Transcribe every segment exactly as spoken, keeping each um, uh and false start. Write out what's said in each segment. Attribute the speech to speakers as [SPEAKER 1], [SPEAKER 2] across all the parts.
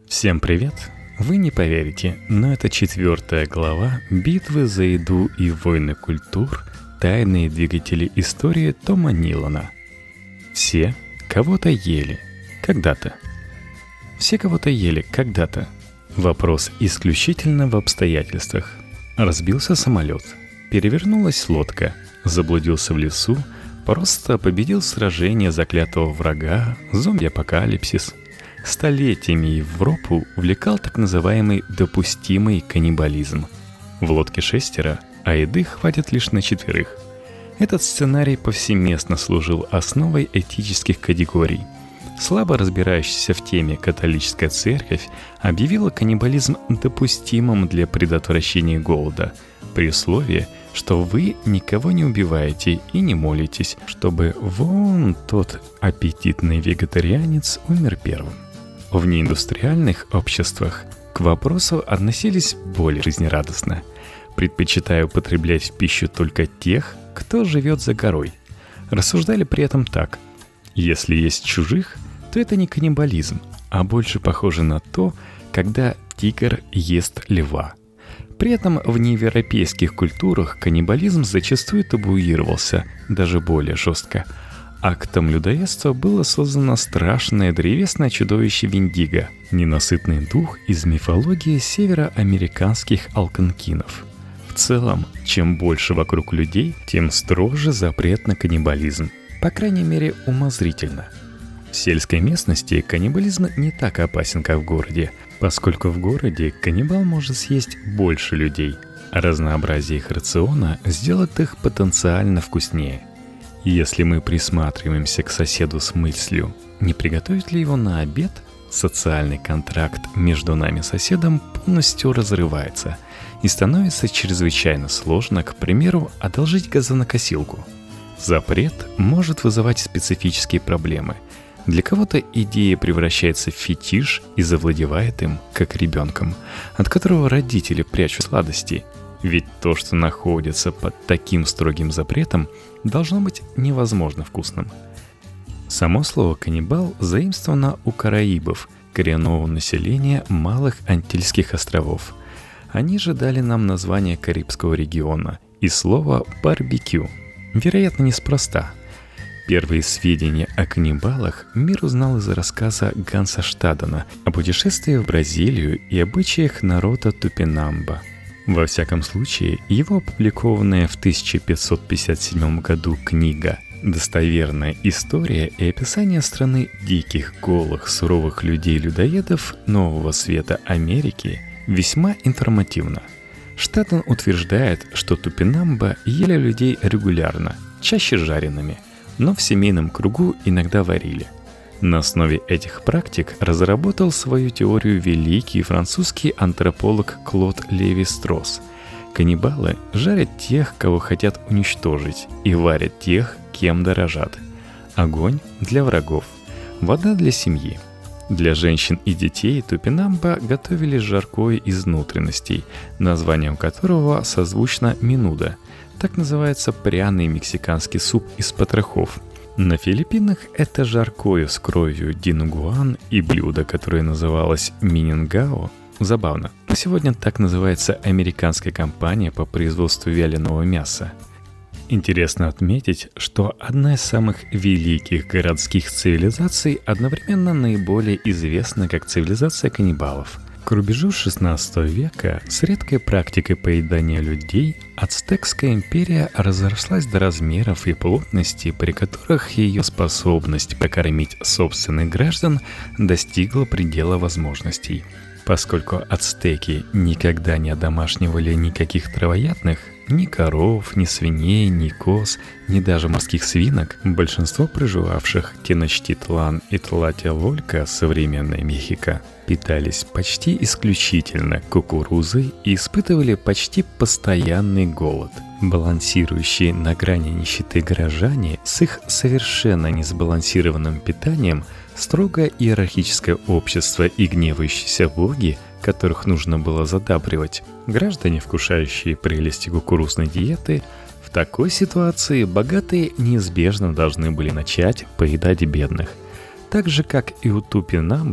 [SPEAKER 1] Всем привет! Вы не поверите, но это четвертая глава «Битвы за еду и войны культур. Тайные двигатели истории» Тома Нилана. Все кого-то ели когда-то. Все кого-то ели когда-то. Вопрос исключительно в обстоятельствах. Разбился самолет, перевернулась лодка, заблудился в лесу, просто победил сражение заклятого врага, зомби-апокалипсис. Столетиями Европу увлекал так называемый допустимый каннибализм. В лодке шестеро, а еды хватит лишь на четверых. Этот сценарий повсеместно служил основой этических категорий. Слабо разбирающаяся в теме католическая церковь объявила каннибализм допустимым для предотвращения голода, при условии, что вы никого не убиваете и не молитесь, чтобы вон тот аппетитный вегетарианец умер первым. В неиндустриальных обществах к вопросу относились более жизнерадостно, предпочитая употреблять в пищу только тех, кто живет за горой. Рассуждали при этом так: если есть чужих, то это не каннибализм, а больше похоже на то, когда тигр ест льва. При этом в неевропейских культурах каннибализм зачастую табуировался, даже более жестко. Актом людоедства было создано страшное древесное чудовище Вендиго, ненасытный дух из мифологии североамериканских алконкинов. В целом, чем больше вокруг людей, тем строже запрет на каннибализм, по крайней мере умозрительно. В сельской местности каннибализм не так опасен, как в городе, поскольку в городе каннибал может съесть больше людей, а разнообразие их рациона сделает их потенциально вкуснее. Если мы присматриваемся к соседу с мыслью, не приготовить ли его на обед, социальный контракт между нами и соседом полностью разрывается и становится чрезвычайно сложно, к примеру, одолжить газонокосилку. Запрет может вызывать специфические проблемы. Для кого-то идея превращается в фетиш и завладевает им, как ребенком, от которого родители прячут сладости. Ведь то, что находится под таким строгим запретом, должно быть невозможно вкусным. Само слово «каннибал» заимствовано у караибов, коренного населения малых Антильских островов. Они же дали нам название Карибского региона и слово «барбекю». Вероятно, неспроста. Первые сведения о каннибалах мир узнал из рассказа Ганса Штадена о путешествии в Бразилию и обычаях народа Тупинамба. Во всяком случае, его опубликованная в тысяча пятьсот пятьдесят седьмом году книга «Достоверная история и описание страны диких, голых, суровых людей-людоедов Нового Света Америки» весьма информативна. Штаден утверждает, что Тупинамба ели людей регулярно, чаще жареными, но в семейном кругу иногда варили. На основе этих практик разработал свою теорию великий французский антрополог Клод Леви-Стросс. Каннибалы жарят тех, кого хотят уничтожить, и варят тех, кем дорожат. Огонь для врагов, вода для семьи. Для женщин и детей Тупинамба готовили жаркое из внутренностей, названием которого созвучно менуда. Так называется пряный мексиканский суп из потрохов. На Филиппинах это жаркое с кровью дингуан и блюдо, которое называлось минингао. Забавно, но сегодня так называется американская компания по производству вяленого мяса. Интересно отметить, что одна из самых великих городских цивилизаций одновременно наиболее известна как цивилизация каннибалов. К рубежу шестнадцатого века с редкой практикой поедания людей Ацтекская империя разрослась до размеров и плотности, при которых ее способность покормить собственных граждан достигла предела возможностей. Поскольку ацтеки никогда не одомашнивали никаких травоядных, ни коров, ни свиней, ни коз, ни даже морских свинок, большинство проживавших Теночтитлан и Тлателолька, современной Мехико, питались почти исключительно кукурузой и испытывали почти постоянный голод. Балансирующие на грани нищеты горожане с их совершенно несбалансированным питанием, строгое иерархическое общество и гневающиеся боги, которых нужно было задабривать, граждане, вкушающие прелести кукурузной диеты, в такой ситуации богатые неизбежно должны были начать поедать бедных. Так же, как и у Тупинамба,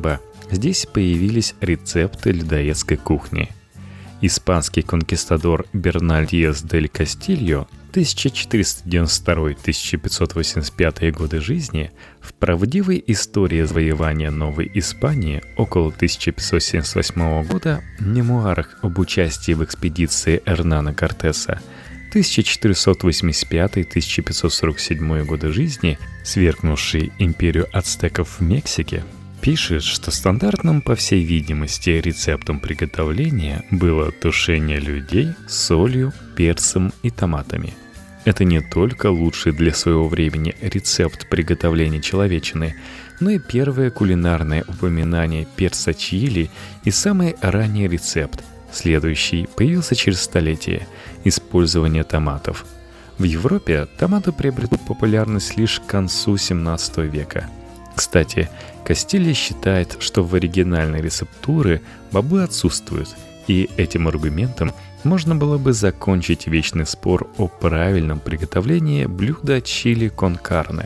[SPEAKER 1] Здесь появились рецепты людоедской кухни. Испанский конкистадор Берналь Диас дель Кастильо тысяча четыреста девяносто второй — тысяча пятьсот восемьдесят пятый годы жизни в правдивой истории завоевания Новой Испании около тысяча пятьсот семьдесят восьмого года, мемуарах об участии в экспедиции Эрнана Кортеса тысяча четыреста восемьдесят пятый — тысяча пятьсот сорок седьмой годы жизни, свергнувший империю ацтеков в Мексике, пишет, что стандартным, по всей видимости, рецептом приготовления было тушение людей солью, перцем и томатами. Это не только лучший для своего времени рецепт приготовления человечины, но и первое кулинарное упоминание перца чили и самый ранний рецепт, следующий, появился через столетие – использование томатов. В Европе томаты приобретут популярность лишь к концу семнадцатого века. Кстати, Кастильо считает, что в оригинальной рецептуре бобы отсутствуют, и этим аргументом можно было бы закончить вечный спор о правильном приготовлении блюда чили кон карне.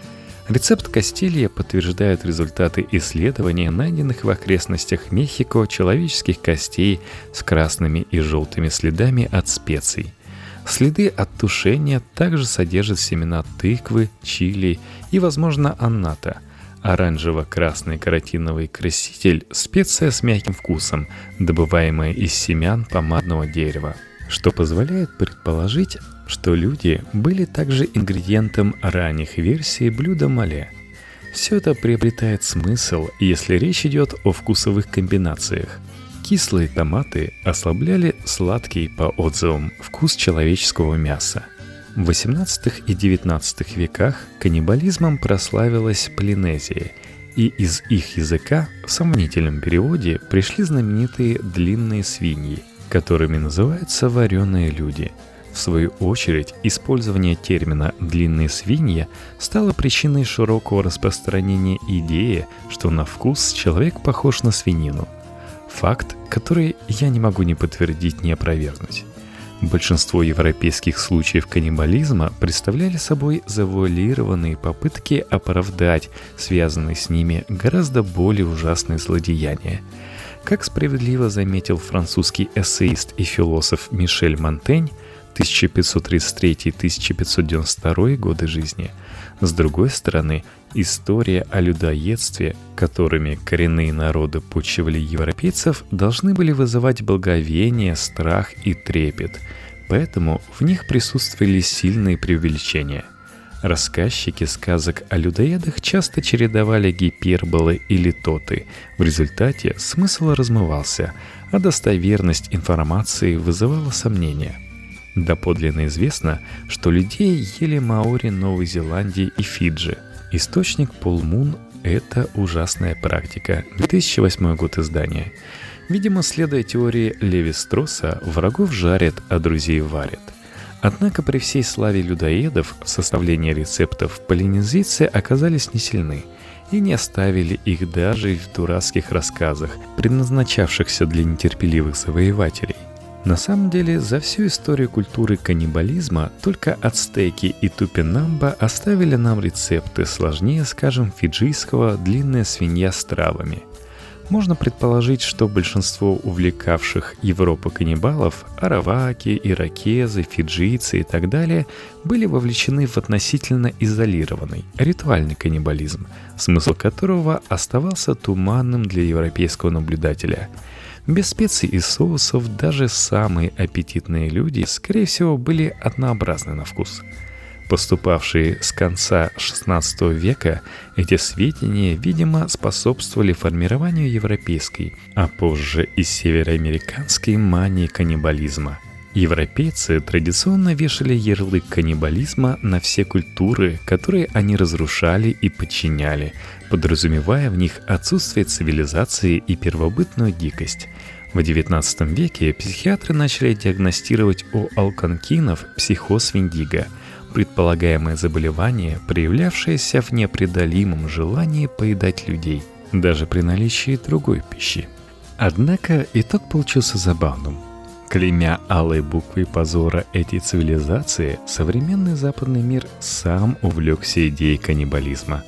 [SPEAKER 1] Рецепт Кастильо подтверждает результаты исследований, найденных в окрестностях Мехико человеческих костей с красными и желтыми следами от специй. Следы от тушения также содержат семена тыквы, чили и, возможно, анната. Оранжево-красный каротиновый краситель – специя с мягким вкусом, добываемая из семян помадного дерева, что позволяет предположить, что люди были также ингредиентом ранних версий блюда мале. Все это приобретает смысл, если речь идет о вкусовых комбинациях. Кислые томаты ослабляли сладкий, по отзывам, вкус человеческого мяса. В восемнадцатом и девятнадцатом веках каннибализмом прославилась Полинезия, и из их языка в сомнительном переводе пришли знаменитые длинные свиньи, которыми называются вареные люди. В свою очередь, использование термина «длинные свиньи» стало причиной широкого распространения идеи, что на вкус человек похож на свинину. Факт, который я не могу ни подтвердить, ни опровергнуть. Большинство европейских случаев каннибализма представляли собой завуалированные попытки оправдать связанные с ними гораздо более ужасные злодеяния. Как справедливо заметил французский эссеист и философ Мишель Монтень, тысяча пятьсот тридцать третий — тысяча пятьсот девяносто второй годы жизни, с другой стороны, история о людоедстве, которыми коренные народы почивали европейцев, должны были вызывать благоговение, страх и трепет, поэтому в них присутствовали сильные преувеличения. Рассказчики сказок о людоедах часто чередовали гиперболы и литоты. В результате смысл размывался, а достоверность информации вызывала сомнения. Доподлинно известно, что людей ели маори Новой Зеландии и Фиджи. Источник Пол Мун – это ужасная практика. две тысячи восьмой год издания. Видимо, следуя теории Леви-Стросса, врагов жарят, а друзей варят. Однако при всей славе людоедов в составлении рецептов полинезийцы оказались не сильны и не оставили их даже в дурацких рассказах, предназначавшихся для нетерпеливых завоевателей. На самом деле, за всю историю культуры каннибализма только ацтеки и тупинамба оставили нам рецепты сложнее, скажем, фиджийского «длинная свинья с травами». Можно предположить, что большинство увлекавших Европу каннибалов – араваки, иракезы, фиджийцы и так далее – были вовлечены в относительно изолированный, ритуальный каннибализм, смысл которого оставался туманным для европейского наблюдателя. Без специй и соусов даже самые аппетитные люди, скорее всего, были однообразны на вкус. Поступавшие с конца шестнадцатого века, эти сведения, видимо, способствовали формированию европейской, а позже и североамериканской мании каннибализма. Европейцы традиционно вешали ярлык каннибализма на все культуры, которые они разрушали и подчиняли, подразумевая в них отсутствие цивилизации и первобытную дикость. В девятнадцатом веке психиатры начали диагностировать у алконкинов психоз Виндиго, предполагаемое заболевание, проявлявшееся в непреодолимом желании поедать людей, даже при наличии другой пищи. Однако итог получился забавным. Клеймя алой буквой позора этой цивилизации, современный западный мир сам увлекся идеей каннибализма.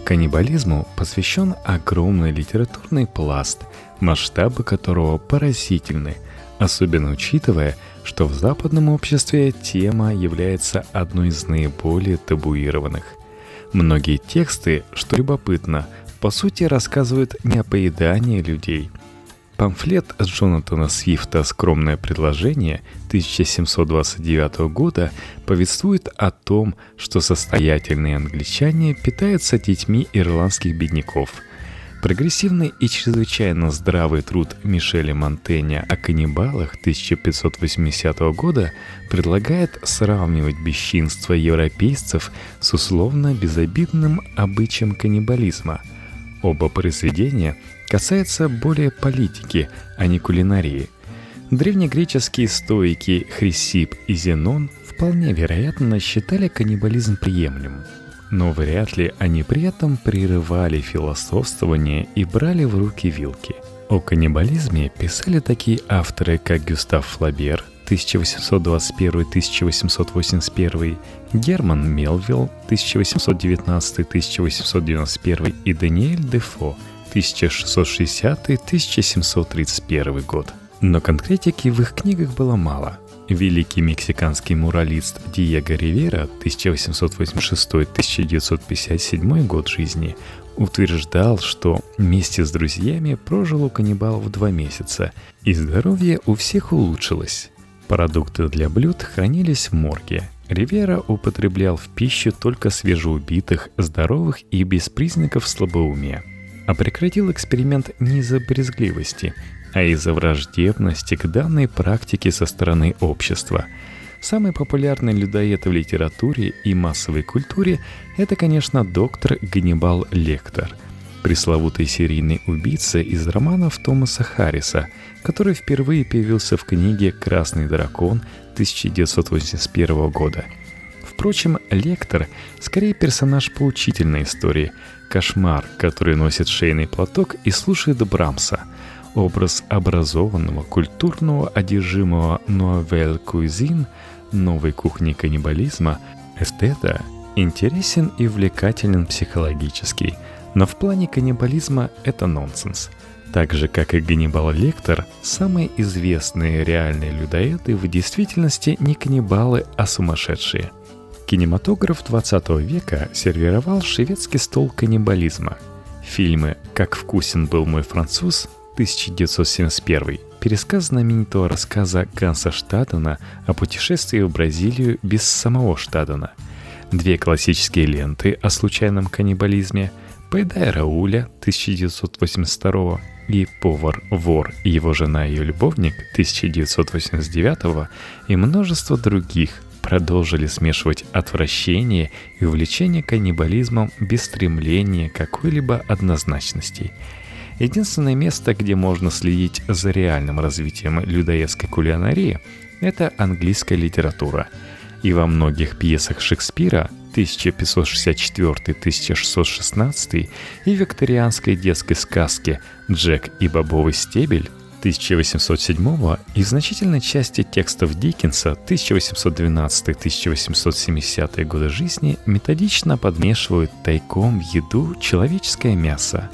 [SPEAKER 1] Каннибализму посвящен огромный литературный пласт, масштабы которого поразительны, особенно учитывая, что в западном обществе тема является одной из наиболее табуированных. Многие тексты, что любопытно, по сути рассказывают не о поедании людей. Памфлет Джонатана Свифта «Скромное предложение» тысяча семьсот двадцать девятого года повествует о том, что состоятельные англичане питаются детьми ирландских бедняков. Прогрессивный и чрезвычайно здравый труд Мишеля Монтэня о каннибалах тысяча пятьсот восьмидесятого года предлагает сравнивать бесчинство европейцев с условно безобидным обычаем каннибализма. Оба произведения касаются более политики, а не кулинарии. Древнегреческие стоики Хрисип и Зенон вполне вероятно считали каннибализм приемлемым. Но вряд ли они при этом прерывали философствование и брали в руки вилки. О каннибализме писали такие авторы, как Гюстав Флабер тысяча восемьсот двадцать первый — тысяча восемьсот восемьдесят первый, Герман Мелвилл тысяча восемьсот девятнадцатый — тысяча восемьсот девяносто первый и Даниэль Дефо тысяча шестьсот шестидесятый — тысяча семьсот тридцать первый год. Но конкретики в их книгах было мало. Великий мексиканский муралист Диего Ривера тысяча восемьсот восемьдесят шестой — тысяча девятьсот пятьдесят седьмой год жизни утверждал, что вместе с друзьями прожил у каннибалов два месяца, и здоровье у всех улучшилось. Продукты для блюд хранились в морге. Ривера употреблял в пищу только свежеубитых, здоровых и без признаков слабоумия. А прекратил эксперимент не из-за брезгливости, а из-за враждебности к данной практике со стороны общества. Самый популярный людоед в литературе и массовой культуре – это, конечно, доктор Ганнибал Лектор, пресловутый серийный убийца из романов Томаса Харриса, который впервые появился в книге «Красный дракон» тысяча девятьсот восемьдесят первого года. Впрочем, Лектор скорее персонаж поучительной истории, кошмар, который носит шейный платок и слушает Брамса. Образ образованного, культурного, одержимого «Nouvelle Cuisine» новой кухни каннибализма, эстета, интересен и увлекателен психологически, но в плане каннибализма это нонсенс. Так же, как и Ганнибал Лектор, самые известные реальные людоеды в действительности не каннибалы, а сумасшедшие. Кинематограф двадцатого века сервировал шведский стол каннибализма. Фильмы «Как вкусен был мой француз» тысяча девятьсот семьдесят первый, пересказ знаменитого рассказа Ганса Штадена о путешествии в Бразилию без самого Штадена, две классические ленты о случайном каннибализме «Поедай Рауля» тысяча девятьсот восемьдесят второго и «Повар, вор, его жена и ее любовник» тысяча девятьсот восемьдесят девятого и множество других продолжили смешивать отвращение и увлечение каннибализмом без стремления к какой-либо однозначности. Единственное место, где можно следить за реальным развитием людоедской кулинарии, это английская литература. И во многих пьесах Шекспира тысяча пятьсот шестьдесят четвёртый — тысяча шестьсот шестнадцатый и викторианской детской сказке «Джек и бобовый стебель» тысяча восемьсот седьмого и в значительной части текстов Диккенса тысяча восемьсот двенадцатый — тысяча восемьсот семидесятые годы жизни методично подмешивают тайком в еду человеческое мясо.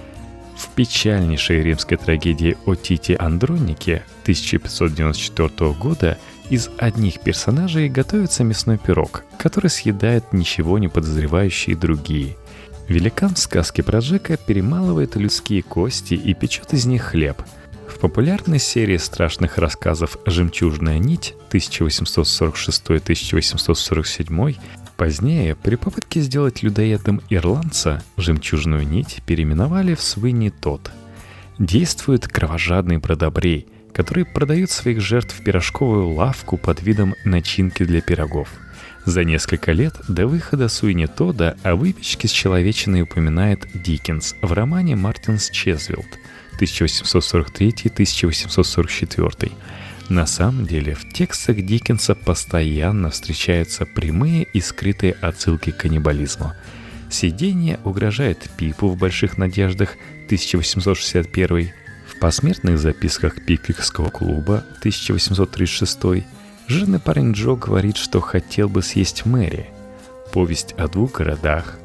[SPEAKER 1] В печальнейшей римской трагедии о Тите Андронике тысяча пятьсот девяносто четвёртого года из одних персонажей готовится мясной пирог, который съедают ничего не подозревающие другие. Великан в сказке про Джека перемалывает людские кости и печет из них хлеб. В популярной серии страшных рассказов «Жемчужная нить» тысяча восемьсот сорок шестой — тысяча восемьсот сорок седьмой позднее при попытке сделать людоедом ирландца «Жемчужную нить» переименовали в Суини Тодд. Действует кровожадный бродобрей, который продает своих жертв в пирожковую лавку под видом начинки для пирогов. За несколько лет до выхода Суини Тодда о выпечке с человечиной упоминает Диккенс в романе «Мартинс Чезвилд» тысяча восемьсот сорок третий — тысяча восемьсот сорок четвёртый. На самом деле в текстах Диккенса постоянно встречаются прямые и скрытые отсылки к каннибализму. «Сидение угрожает Пипу в больших надеждах» тысяча восемьсот шестьдесят первый, в посмертных записках Пиквикского клуба тысяча восемьсот тридцать шестой жирный парень Джо говорит, что хотел бы съесть Мэри. Повесть о двух городах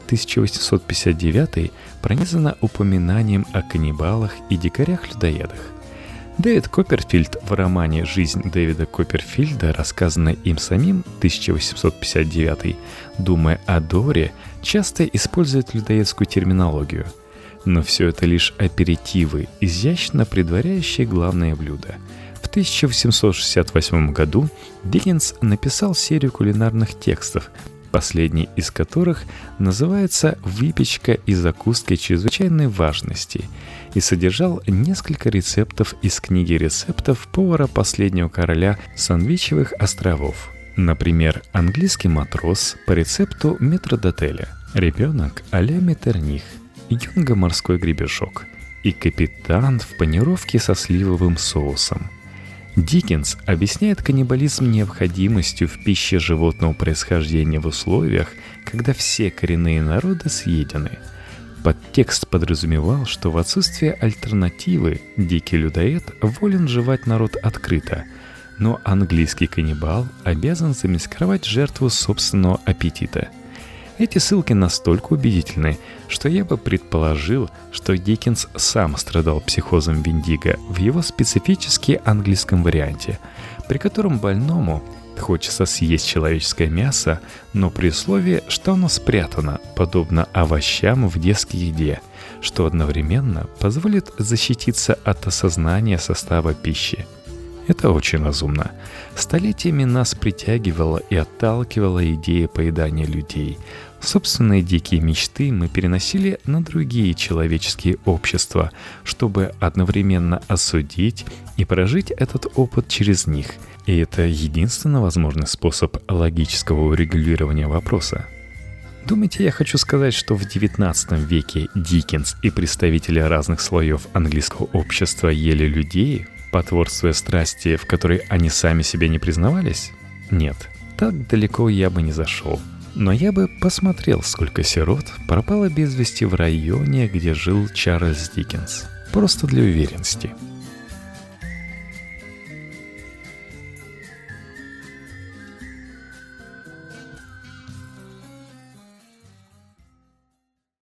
[SPEAKER 1] тысяча восемьсот пятьдесят девятый пронизана упоминанием о каннибалах и дикарях-людоедах. Дэвид Копперфильд в романе «Жизнь Дэвида Копперфильда», рассказанной им самим, тысяча восемьсот пятьдесят девятый, думая о Доре, часто использует людоедскую терминологию. Но все это лишь аперитивы, изящно предваряющие главное блюдо. В тысяча восемьсот шестьдесят восьмом году Диккенс написал серию кулинарных текстов, последний из которых называется «Выпечка и закуски чрезвычайной важности» и содержал несколько рецептов из книги рецептов повара последнего короля Сандвичевых островов. Например, английский матрос по рецепту метрдотеля, ребенок а-ля Меттерних, юнга морской гребешок и капитан в панировке со сливовым соусом. Диккенс объясняет каннибализм необходимостью в пище животного происхождения в условиях, когда все коренные народы съедены. Подтекст подразумевал, что в отсутствие альтернативы дикий людоед волен жевать народ открыто, но английский каннибал обязан замаскировать жертву собственного аппетита. Эти ссылки настолько убедительны, что я бы предположил, что Диккенс сам страдал психозом Виндиго в его специфически английском варианте, при котором больному хочется съесть человеческое мясо, но при условии, что оно спрятано, подобно овощам в детской еде, что одновременно позволит защититься от осознания состава пищи. Это очень разумно. Столетиями нас притягивала и отталкивала идея поедания людей. Собственные дикие мечты мы переносили на другие человеческие общества, чтобы одновременно осудить и прожить этот опыт через них. И это единственно возможный способ логического урегулирования вопроса. Думаете, я хочу сказать, что в девятнадцатом веке Диккенс и представители разных слоев английского общества ели людей, потворствуя страсти, в которой они сами себе не признавались? Нет, так далеко я бы не зашел. Но я бы посмотрел, сколько сирот пропало без вести в районе, где жил Чарльз Диккенс. Просто для уверенности.